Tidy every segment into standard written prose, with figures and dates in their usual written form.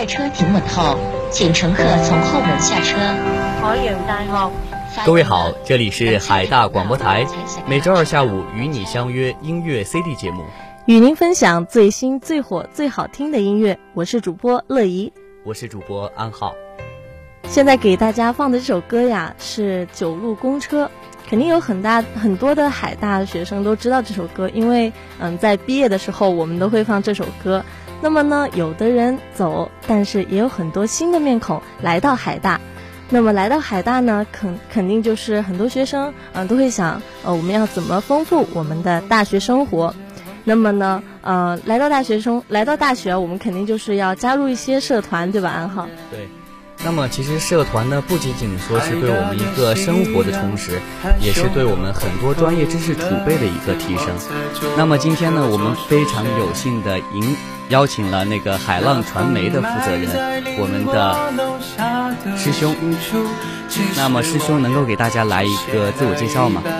在车停稳后，请乘客从后门下车。 海洋大学。 各位好，这里是海大广播台，每周二下午与你相约音乐 CD 节目， 与您分享最新最火最好听的音乐。我是主播乐怡， 我是主播安浩。 现在给大家放的这首歌呀是九路公车，肯定有很多的海大的学生都知道这首歌，因为在毕业的时候我们都会放这首歌。那么呢，有的人走，但是也有很多新的面孔来到海大。那么来到海大呢，肯定就是很多学生都会想我们要怎么丰富我们的大学生活。那么呢来到大学我们肯定就是要加入一些社团，对吧，安浩？ 对。那么其实社团呢，不仅仅说是对我们一个生活的充实，也是对我们很多专业知识储备的一个提升。那么今天呢，我们非常有幸的邀请了那个海浪传媒的负责人，我们的师兄。那么师兄能够给大家来一个自我介绍吗？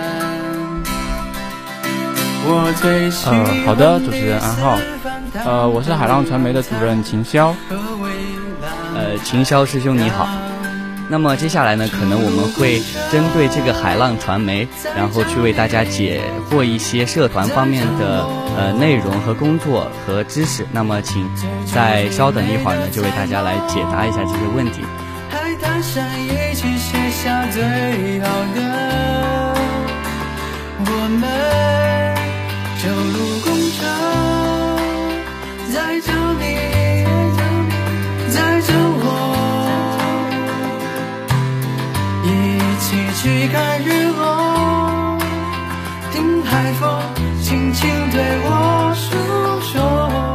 好的，主持人安浩。我是海浪传媒的主任秦霄。 秦霄师兄你好。那么接下来呢，可能我们会针对这个海浪传媒，然后去为大家解惑一些社团方面的内容和工作和知识。那么请再稍等一会儿呢，就为大家来解答一下这些问题。 海滩上一起写下最好的我们，九路公车载着你，载着我，一起去看日落，听海风轻轻对我诉说，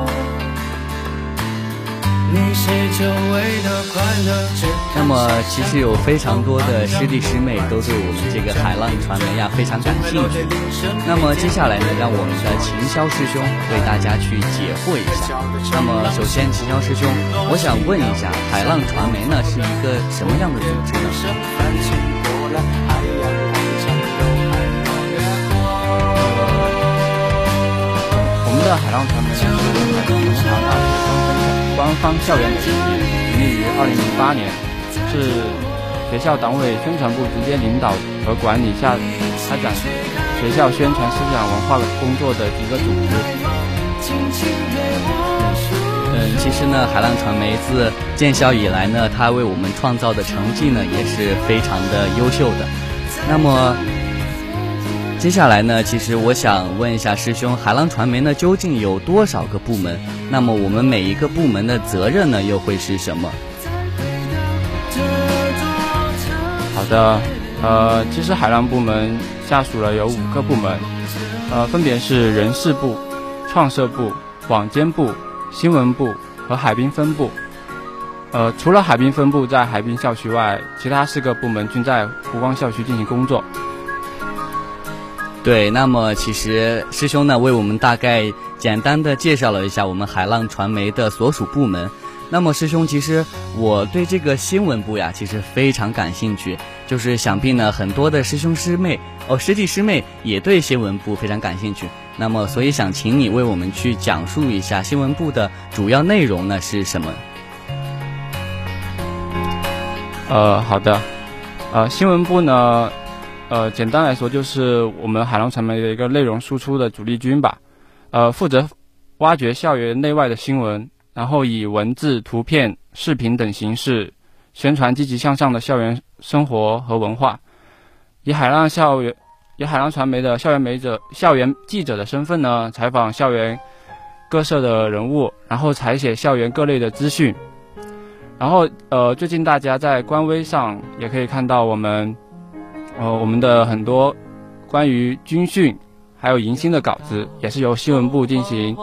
你是久违的快乐。 那么其实有非常多的师弟师妹都对我们这个海浪传媒非常感兴趣。那么接下来呢，让我们的秦霄师兄为大家去解惑一下。那么首先秦霄师兄，我想问一下，海浪传媒呢是一个什么样的组织呢？ 我们的海浪传媒是海洋大学官方校园媒体，成立于2008年，是学校党委宣传部直接领导和管理下开展学校宣传思想文化工作的一个组织。 其实呢，海浪传媒自建校以来呢，它为我们创造的成绩呢也是非常的优秀的。那么接下来呢，其实我想问一下师兄，海浪传媒呢究竟有多少个部门？那么我们每一个部门的责任呢又会是什么？ 好的，其实海浪部门下属了有5个部门，分别是人事部、创设部、网监部、新闻部和海滨分部。除了海滨分部在海滨校区外，其他4个部门均在湖光校区进行工作。 对，那么其实师兄呢为我们大概简单的介绍了一下我们海浪传媒的所属部门。那么师兄，其实我对这个新闻部其实非常感兴趣，就是想必呢很多的师兄师妹师弟师妹也对新闻部非常感兴趣。那么所以想请你为我们去讲述一下新闻部的主要内容呢是什么？ 好的，新闻部呢简单来说就是我们海浪传媒的一个内容输出的主力军吧，负责挖掘校园内外的新闻，然后以文字、图片、视频等形式宣传积极向上的校园生活和文化。以海浪传媒的校园记者的身份呢，采访校园各社的人物，然后采写校园各类的资讯。然后最近大家在官微上也可以看到我们的很多关于军训还有迎新的稿子，也是由新闻部进行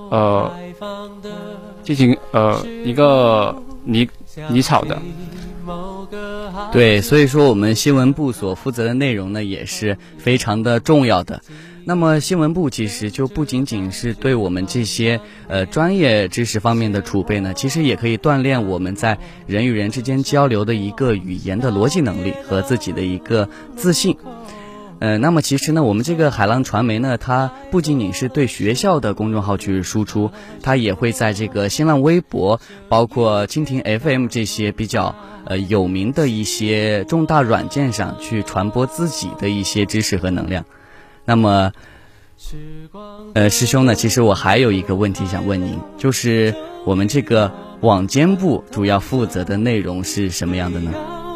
一个拟草的。 对，所以说我们新闻部所负责的内容呢也是非常的重要的。那么新闻部其实就不仅仅是对我们这些专业知识方面的储备呢，其实也可以锻炼我们在人与人之间交流的一个语言的逻辑能力和自己的一个自信。 那么其实呢，我们这个海浪传媒呢，它不仅仅是对学校的公众号去输出，它也会在这个新浪微博，包括蜻蜓 FM 这些比较有名的一些重大软件上去传播自己的一些知识和能量。那么师兄呢，其实我还有一个问题想问您，就是我们这个网监部主要负责的内容是什么样的呢？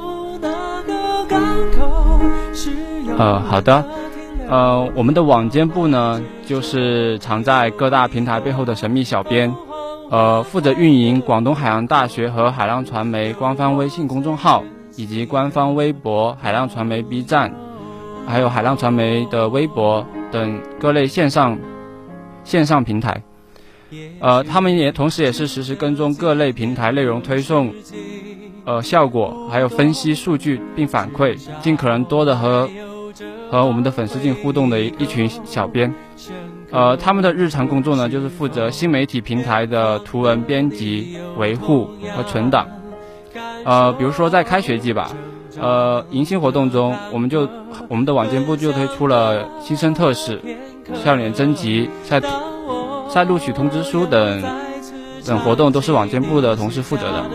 好的，我们的网监部呢，就是藏在各大平台背后的神秘小编，负责运营广东海洋大学和海浪传媒官方微信公众号，以及官方微博、海浪传媒 B 站，还有海浪传媒的微博等各类线上平台。他们同时也是实时跟踪各类平台内容推送效果，还有分析数据并反馈，尽可能多的和我们的粉丝进行互动的一群小编。他们的日常工作呢，就是负责新媒体平台的图文编辑、维护和存档。比如说在开学季吧，迎新活动中，我们的网监部就推出了新生特使、校园征集、赛录取通知书等活动，都是网监部的同事负责的。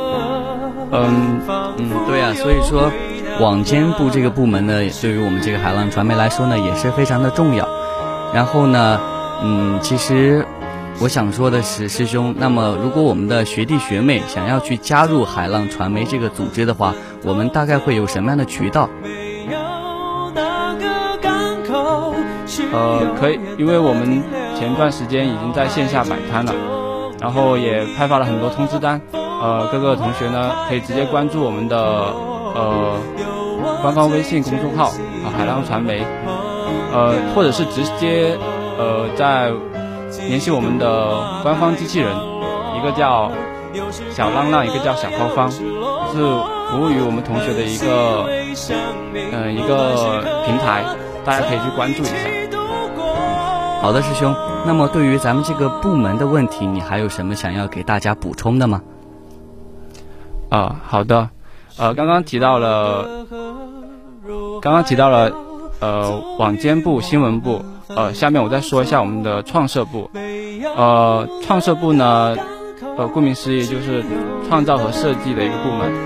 对啊，所以说网监部这个部门呢，对于我们这个海浪传媒来说呢，也是非常的重要。然后呢，其实我想说的是，师兄，那么如果我们的学弟学妹想要去加入海浪传媒这个组织的话，我们大概会有什么样的渠道？ 可以，因为我们前段时间已经在线下摆摊了，然后也派发了很多通知单。各个同学呢可以直接关注我们的官方微信公众号海浪传媒，或者是直接在联系我们的官方机器人，一个叫小浪浪，一个叫小高方，是服务于我们同学的一个平台，大家可以去关注一下。 好的，师兄，那么对于咱们这个部门的问题，你还有什么想要给大家补充的吗？ 好的，刚刚提到了网监部、新闻部，下面我再说一下我们的创设部。创设部呢，顾名思义就是创造和设计的一个部门。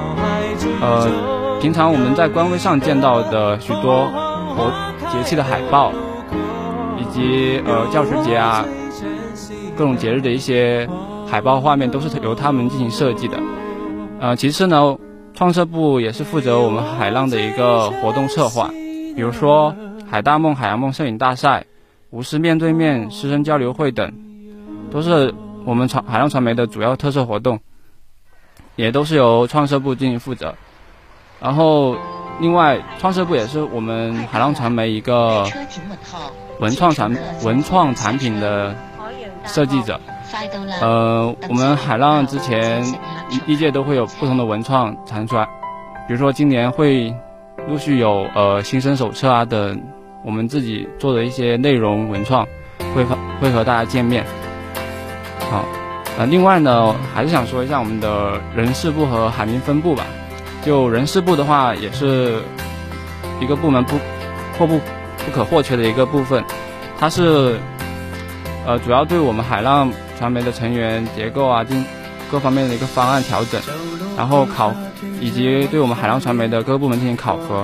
平常我们在官微上见到的许多节气的海报，以及教师节啊各种节日的一些海报画面，都是由他们进行设计的。其次呢，创设部也是负责我们海浪的一个活动策划，比如说海大梦、海洋梦摄影大赛、无师面对面师生交流会等，都是我们海浪传媒的主要特色活动，也都是由创设部进行负责。然后另外，创设部也是我们海浪传媒一个文创产品的设计者。我们海浪之前历届都会有不同的文创产出来，比如说今年会陆续有新生手册啊等我们自己做的一些内容文创会和大家见面。好，另外呢，还是想说一下我们的人事部和海民分部吧。就人事部的话，也是一个部门不可或缺的一个部分，它是主要对我们海浪传媒的成员结构啊各方面的一个方案调整，然后以及对我们海浪传媒的各个部门进行考核。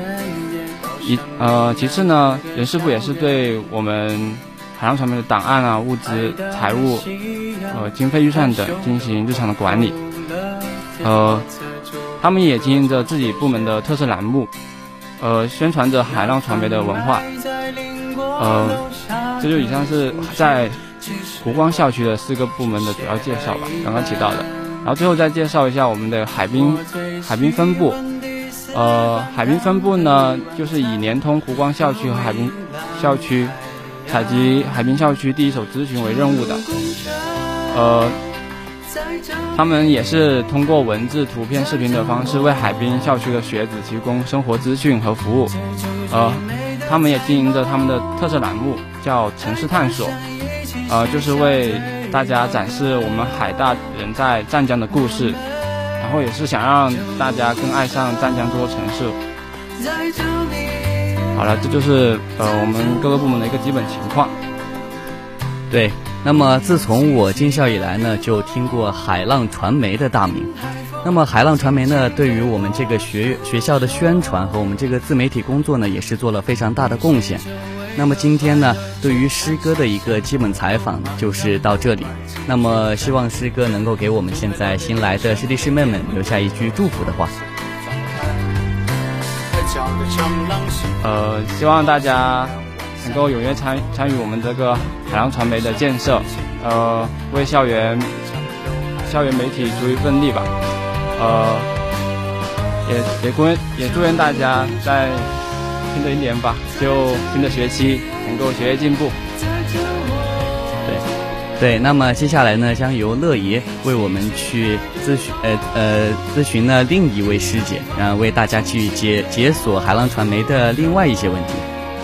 其次呢，人事部也是对我们海浪传媒的档案啊、物资、财务、经费预算等进行日常的管理。他们也经营着自己部门的特色栏目，宣传着海浪传媒的文化。这就以上是在湖光校区的4个部门的主要介绍吧，刚刚提到的。然后最后再介绍一下我们的海滨分部。海滨分部呢，就是以联通湖光校区和海滨校区，采集海滨校区第一手资讯为任务的。他们也是通过文字、图片、视频的方式为海滨校区的学子提供生活资讯和服务。他们也经营着他们的特色栏目，叫城市探索，就是为大家展示我们海大人在湛江的故事，然后也是想让大家更爱上湛江这座城市。 好了，这就是我们各个部门的一个基本情况。 对，那么自从我进校以来呢，就听过海浪传媒的大名。那么海浪传媒呢，对于我们这个学校的宣传和我们这个自媒体工作呢，也是做了非常大的贡献。那么今天呢，对于师哥的一个基本采访就是到这里。那么希望师哥能够给我们现在新来的师弟师妹们留下一句祝福的话。 希望大家能够踊跃参与我们这个海浪传媒的建设，为校园媒体出一份力吧。也祝愿大家在新的一年吧，就新的学期能够学业进步。 对，那么接下来呢，将由乐爷为我们去咨询呢另一位师姐，然后为大家去解锁海浪传媒的另外一些问题。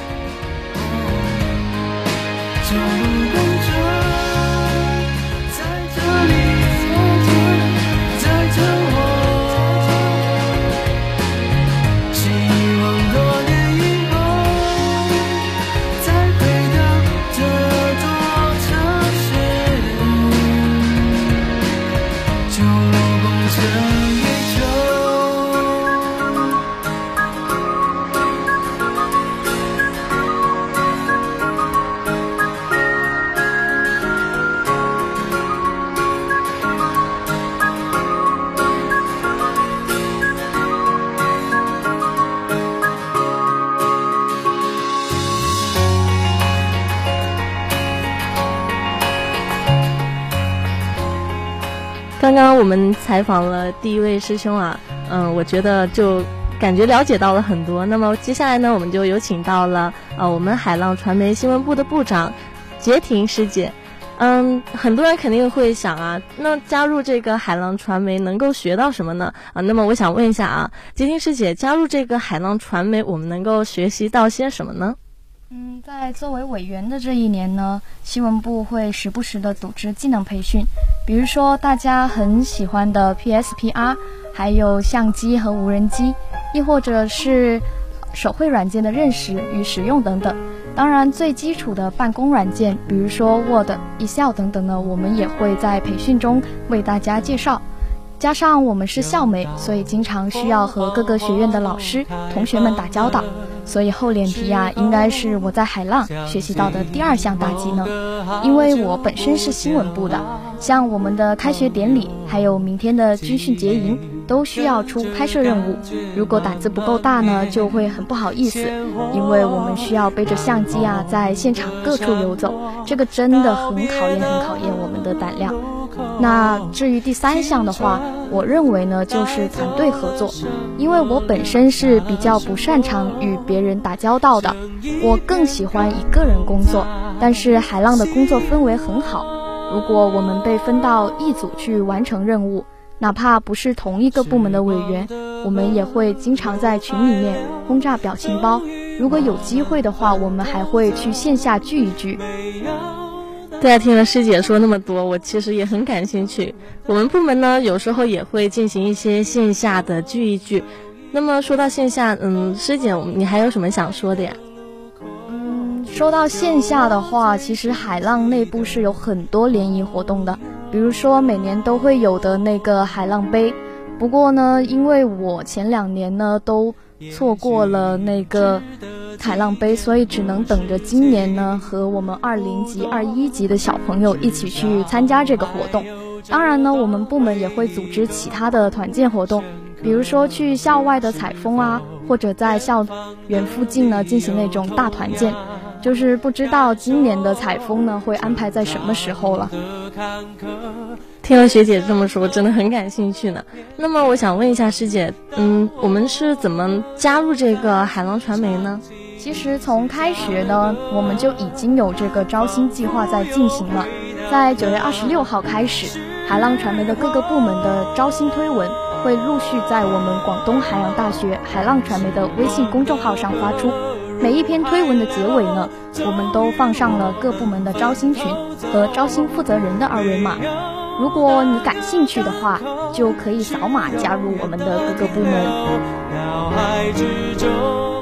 刚刚我们采访了第一位师兄啊，我觉得就感觉了解到了很多。那么接下来呢，我们就有请到了我们海浪传媒新闻部的部长杰婷师姐。很多人肯定会想啊，那加入这个海浪传媒能够学到什么呢？那么我想问一下啊，杰婷师姐，加入这个海浪传媒，我们能够学习到些什么呢？ 在作为委员的这一年呢，新闻部会时不时的组织技能培训，比如说大家很喜欢的 PSPR， 还有相机和无人机，亦或者是手绘软件的认识与使用等等。当然最基础的办公软件，比如说 Word、Excel 等等呢，我们也会在培训中为大家介绍。加上我们是校媒，所以经常需要和各个学院的老师、同学们打交道，所以厚脸皮啊，应该是我在海浪学习到的第2项大技能。因为我本身是新闻部的，像我们的开学典礼，还有明天的军训结营，都需要出拍摄任务。如果胆子不够大呢，就会很不好意思，因为我们需要背着相机啊，在现场各处游走，这个真的很考验我们的胆量。那至于第3项的话，我认为呢，就是团队合作。因为我本身是比较不擅长与别人打交道的，我更喜欢一个人工作，但是海浪的工作氛围很好。如果我们被分到一组去完成任务，哪怕不是同一个部门的委员，我们也会经常在群里面轰炸表情包。如果有机会的话，我们还会去线下聚一聚。 对啊，听了师姐说那么多，我其实也很感兴趣。我们部门呢，有时候也会进行一些线下的聚一聚。那么说到线下，师姐，你还有什么想说的呀？ 说到线下的话，其实海浪内部是有很多联谊活动的，比如说每年都会有的那个海浪杯。不过呢，因为我前2年呢都错过了那个海浪杯，所以只能等着今年呢和我们20级、21级的小朋友一起去参加这个活动。当然呢，我们部门也会组织其他的团建活动，比如说去校外的采风啊，或者在校园附近呢进行那种大团建。就是不知道今年的采风呢会安排在什么时候了。 听了学姐这么说，真的很感兴趣呢。那么我想问一下师姐，我们是怎么加入这个海浪传媒呢？ 其实从开学呢，我们就已经有这个招新计划在进行了。在9月26号开始，海浪传媒的各个部门的招新推文会陆续在我们广东海洋大学海浪传媒的微信公众号上发出。每一篇推文的结尾呢，我们都放上了各部门的招新群和招新负责人的2维码。如果你感兴趣的话，就可以扫码加入我们的各个部门。 非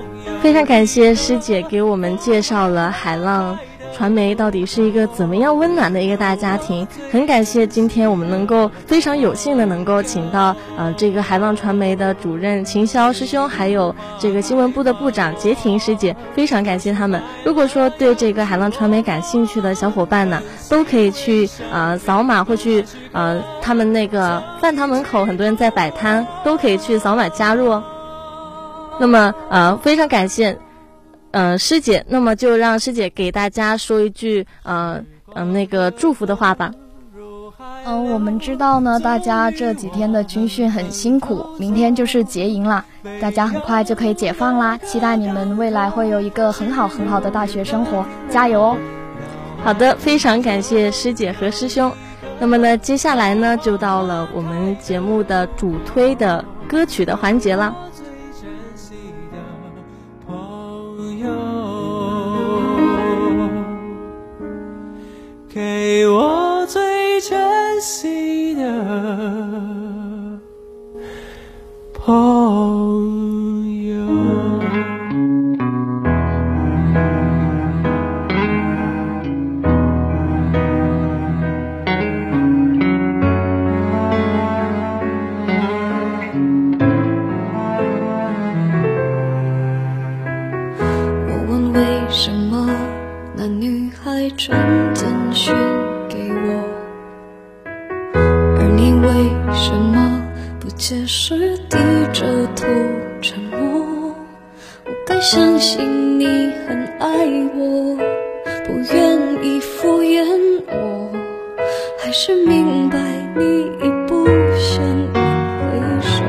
非常感谢师姐给我们介绍了海浪传媒到底是一个怎么样温暖的一个大家庭。很感谢今天我们能够非常有幸的能够请到这个海浪传媒的主任秦霄师兄，还有这个新闻部的部长杰婷师姐，非常感谢他们。如果说对这个海浪传媒感兴趣的小伙伴呢，都可以去扫码，或去他们那个饭堂门口很多人在摆摊，都可以去扫码加入哦。那么非常感谢师姐，那么就让师姐给大家说一句那个祝福的话吧。 我们知道呢，大家这几天的军训很辛苦，明天就是结营啦，大家很快就可以解放啦，期待你们未来会有一个很好很好的大学生活，加油哦。 好的，非常感谢师姐和师兄。那么呢，接下来呢就到了我们节目的主推的歌曲的环节了。 给我最珍惜的朋友。 我问为什么那女孩传简讯给我，而你为什么不解释，低着头沉默？我该相信你很爱我，不愿意敷衍我，还是明白你已不想回首？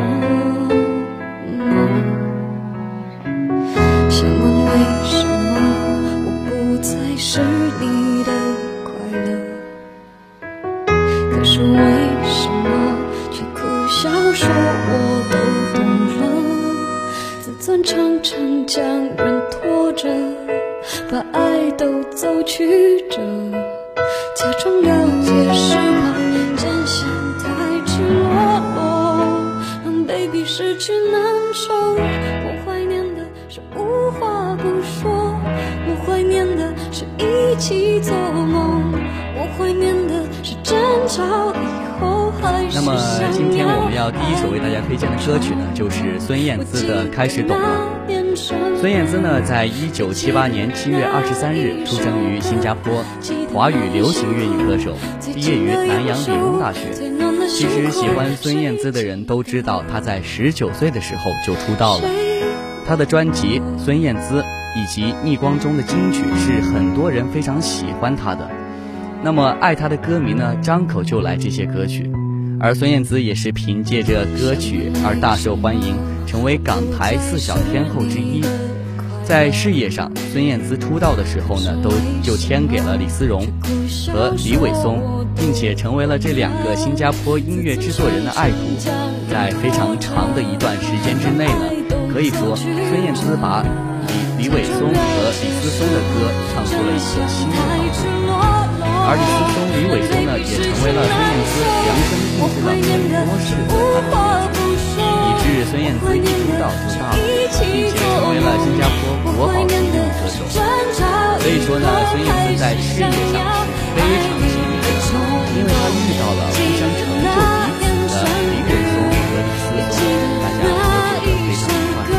想问为什么我不再是你的快乐，可是为什么却苦笑说我都懂了？自尊常常将人拖着，把爱都走曲折，假装了解是怕界限太赤裸裸，让 baby 失去难受。我怀念的是无话不说，我怀念的是一起做梦，我怀念的是争吵以后还是那么今天我们要第一首为大家推荐的歌曲呢，就是孙燕姿的《开始懂了》。孙燕姿呢，在1978年7月23日出生于新加坡，华语流行粤语歌手，毕业于南洋理工大学。其实喜欢孙燕姿的人都知道，她在19岁的时候就出道了。她的专辑《孙燕姿》以及逆光中的金曲是很多人非常喜欢她的。那么爱她的歌迷呢，张口就来这些歌曲。而孙燕姿也是凭借着歌曲而大受欢迎，成为港台4小天后之一。在事业上，孙燕姿出道的时候呢，就签给了李思荣和李伟松，并且成为了这2个新加坡音乐制作人的爱徒。在非常长的一段时间之内呢，可以说孙燕姿把李伟松和李思松的歌唱出了一个新的高度。而李思松、李伟松呢，也成为了孙燕姿量身定制了很多式的他的歌曲，以致孙燕姿一出道就大火，并且成为了新加坡国宝级的女歌手。所以说呢，孙燕姿在事业上是非常幸运的，因为她遇到了互相成就彼此的李伟松和李思松，大家合作得非常愉快。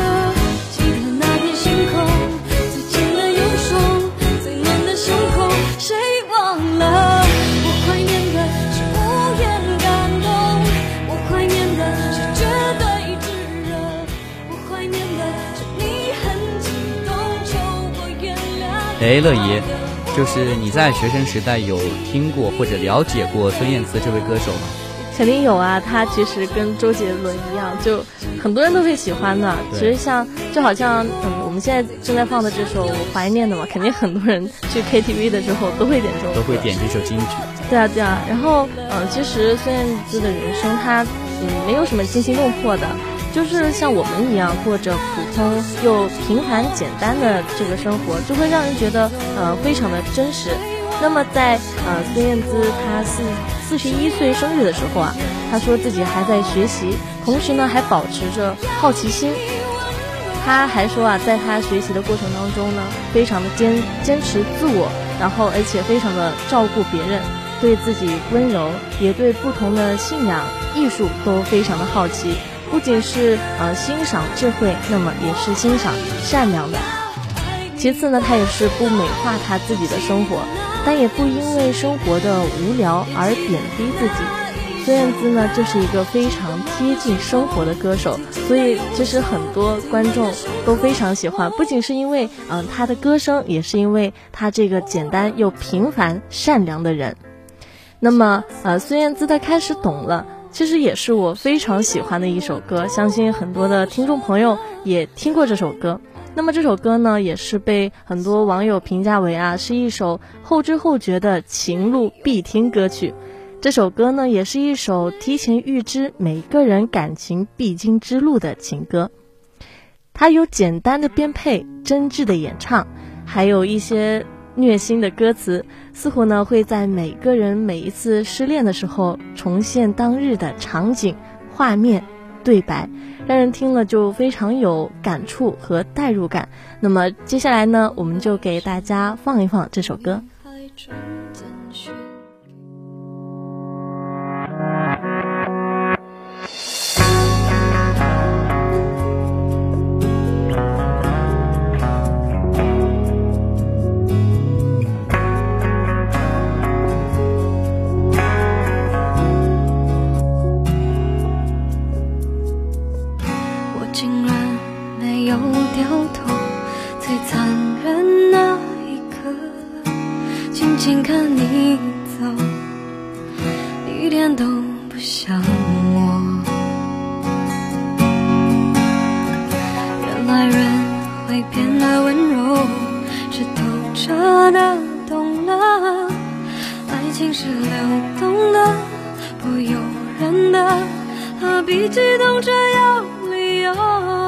乐爷，就是你在学生时代有听过或者了解过孙燕姿这位歌手吗？ 肯定有啊，她其实跟周杰伦一样，就很多人都会喜欢的。其实就好像我们现在正在放的这首我怀念的嘛，肯定很多人去 KTV 的时候都会点这首歌， 都会点这首金曲。 对啊。然后其实孙燕姿的人生她没有什么惊心动魄的，就是像我们一样过着普通又平凡简单的这个生活，就会让人觉得非常的真实。那么在孙燕姿她41岁生日的时候啊，她说自己还在学习，同时呢还保持着好奇心。 他还说啊，在他学习的过程当中呢，非常的坚持自我，然后而且非常的照顾别人，对自己温柔，也对不同的信仰艺术都非常的好奇，不仅是欣赏智慧，那么也是欣赏善良的。其次呢，他也是不美化他自己的生活，但也不因为生活的无聊而贬低自己。孙燕姿呢，就是一个非常贴近生活的歌手，所以其实很多观众都非常喜欢，不仅是因为她的歌声，也是因为她这个简单又平凡善良的人。那么孙燕姿的《开始懂了》其实也是我非常喜欢的一首歌，相信很多的听众朋友也听过这首歌。那么这首歌呢，也是被很多网友评价为是一首后知后觉的情路必听歌曲。这首歌呢，也是一首提前预知每个人感情必经之路的情歌。它有简单的编配，真挚的演唱，还有一些虐心的歌词，似乎呢会在每个人每一次失恋的时候重现当日的场景、画面、对白，让人听了就非常有感触和代入感。那么接下来呢，我们就给大家放一放这首歌。 静看你走，一点都不像我。原来人会变得温柔，是透彻的懂了。爱情是流动的，不由人的，何必激动着有理由？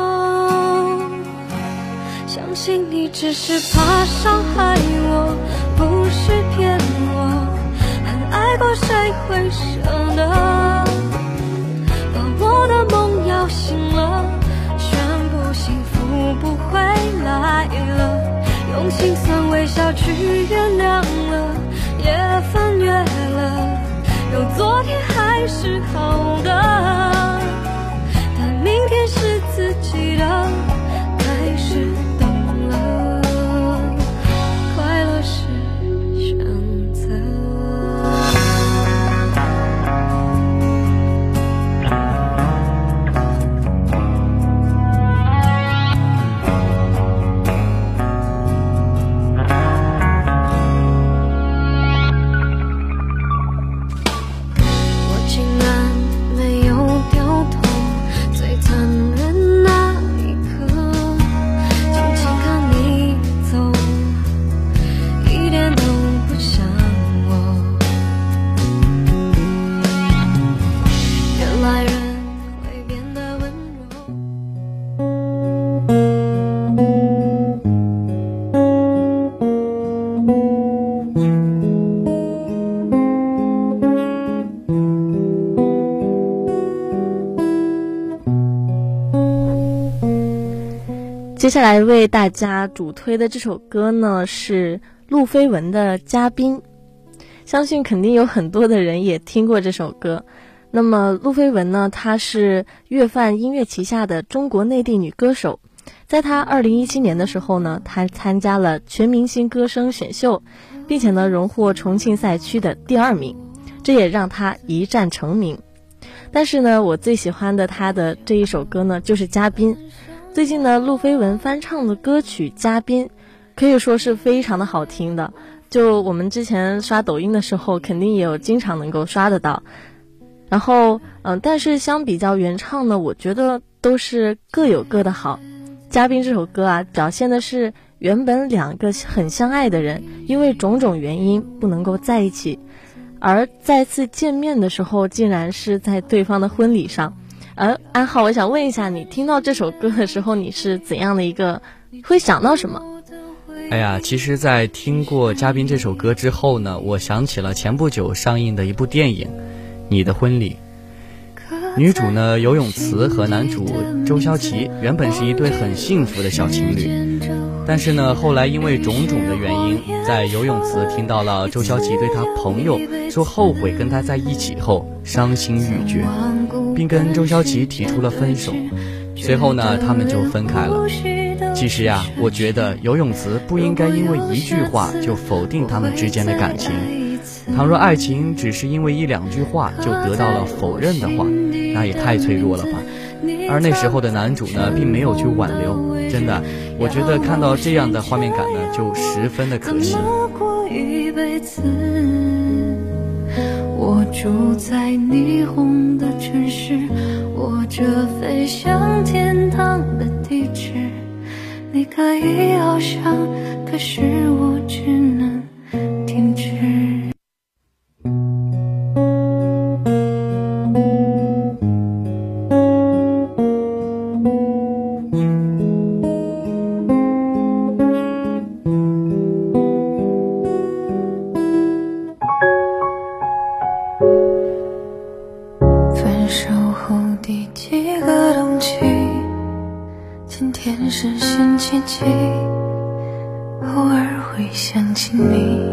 相信你只是怕伤害我，不是骗我，很爱过谁会舍得？把我的梦摇醒了，宣布幸福不会来了，用心酸微笑去原谅了，也翻越了，有昨天还是好的，但明天是自己的，开始懂了，快乐是选择。我竟然没有掉头，最残忍那一刻，静静看你走，一点都不像我。原来人会变得温柔。 接下来为大家主推的这首歌呢，是陆飞文的《嘉宾》，相信肯定有很多的人也听过这首歌。那么陆飞文呢，她是乐范音乐旗下的中国内地女歌手，在她2017年的时候呢，她参加了全明星歌声选秀，并且呢荣获重庆赛区的第2名，这也让她一战成名。但是呢，我最喜欢的她的这一首歌呢，就是《嘉宾》。最近呢，陆飞文翻唱的歌曲《嘉宾》可以说是非常的好听的，就我们之前刷抖音的时候肯定也有经常能够刷得到。然后但是相比较原唱呢，我觉得都是各有各的好。《嘉宾》这首歌啊，表现的是原本2个很相爱的人因为种种原因不能够在一起，而再次见面的时候竟然是在对方的婚礼上。安浩，我想问一下，你听到这首歌的时候，你是怎样的一个，会想到什么？ 哎呀，其实在听过《嘉宾》这首歌之后呢，我想起了前不久上映的一部电影《你的婚礼》。 女主呢游泳池和男主周潇齐原本是一对很幸福的小情侣，但是呢后来因为种种的原因，在游泳池听到了周潇齐对他朋友说后悔跟他在一起后，伤心欲绝，并跟周潇齐提出了分手。随后呢他们就分开了。其实呀，我觉得游泳池不应该因为一句话就否定他们之间的感情。倘若爱情只是因为一两句话就得到了否认的话，那也太脆弱了吧。而那时候的男主呢并没有去挽留，真的我觉得看到这样的画面感呢就十分的可惜。 我住在霓虹的城市，握着飞向天堂的地址，你可以翱翔，可是我只能停止。分手后第几个冬季，今天是星期几，偶尔会想起你，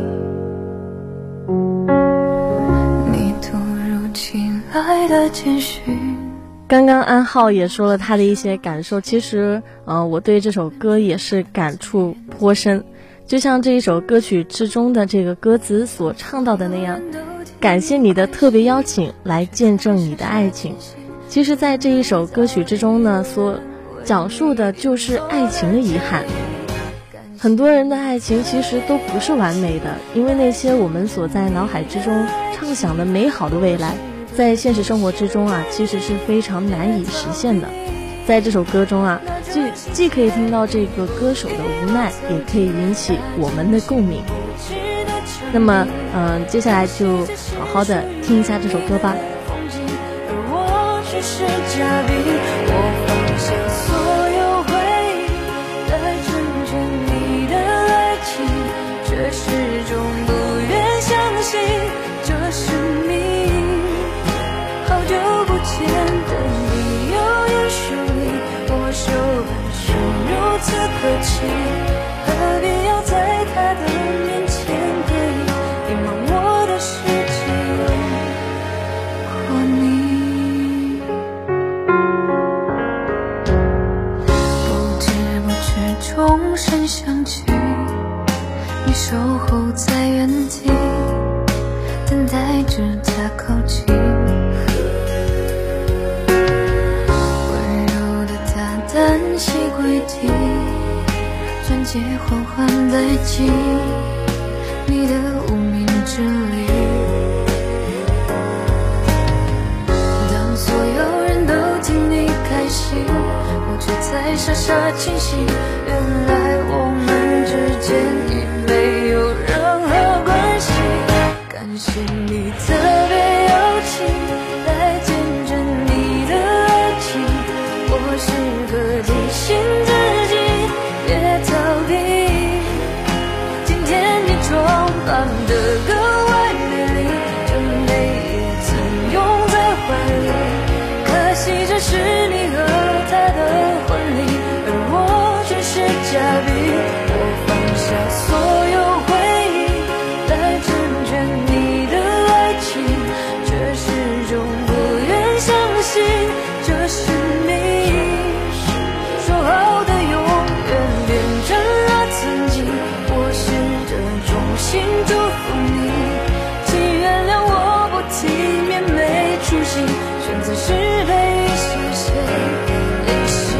你突如其来的简讯。 刚刚安浩也说了他的一些感受，其实我对这首歌也是感触颇深，就像这一首歌曲之中的这个歌词所唱到的那样，感谢你的特别邀请来见证你的爱情。其实在这一首歌曲之中呢，所讲述的就是爱情的遗憾。很多人的爱情其实都不是完美的，因为那些我们所在脑海之中畅想的美好的未来，在现实生活之中啊，其实是非常难以实现的。在这首歌中啊，既可以听到这个歌手的无奈，也可以引起我们的共鸣。那么接下来就好好的听一下这首歌吧。 我只是嘉宾，我放下所有回忆，来成全你的爱情，却始终不愿相信这是你。好久不见的你，有一手里握手半生如此客气，何必要在他的面前隐瞒我的世界或你。不知不觉钟声响起，你守候在原地，等待着他靠近，温柔的他单膝跪地，钻戒缓缓戴进你的无名指里。当所有人都替你开心，我却在傻傻清醒，原来我们之间已没有任何关系。感谢你特别邀请来见证你的爱情，我时刻提醒自己别逃避。今天你装扮得格外美丽，这美也曾拥在怀里，可惜这是你和他的婚礼，而我只是嘉宾。我放下所有回忆，来成全你的爱情，却始终不愿相信这是你。说好的永远变成了曾经，我试着衷心祝福你，请原谅我不体面没出息，选择是被谢谢练习。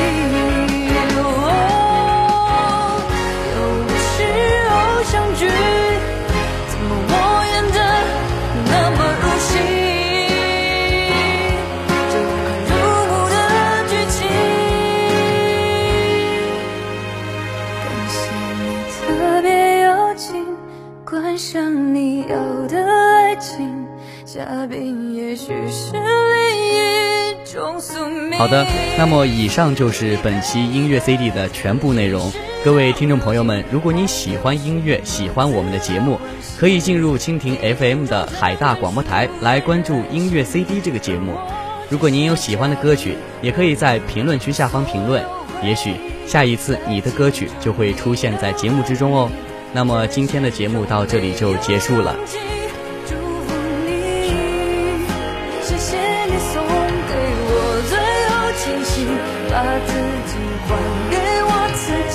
又不是偶像剧，怎么我演得那么入戏？这不堪入目的剧情，感谢你特别邀请，观赏你要的爱情，嘉宾也许是另一种宿命。 好的，那么以上就是本期音乐 CD 的全部内容。各位听众朋友们，如果你喜欢音乐，喜欢我们的节目，可以进入蜻蜓 FM 的海大广播台来关注音乐 CD 这个节目。 如果您有喜欢的歌曲，也可以在评论区下方评论，也许下一次你的歌曲就会出现在节目之中哦。那么今天的节目到这里就结束了。 祝福你，谢谢你送给我最后气息，把自己还给我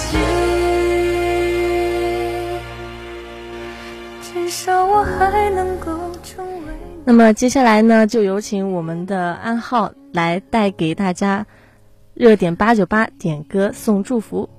自己，至少我还能够成为。 那么接下来呢，就有请我们的安浩来带给大家热点898点歌送祝福。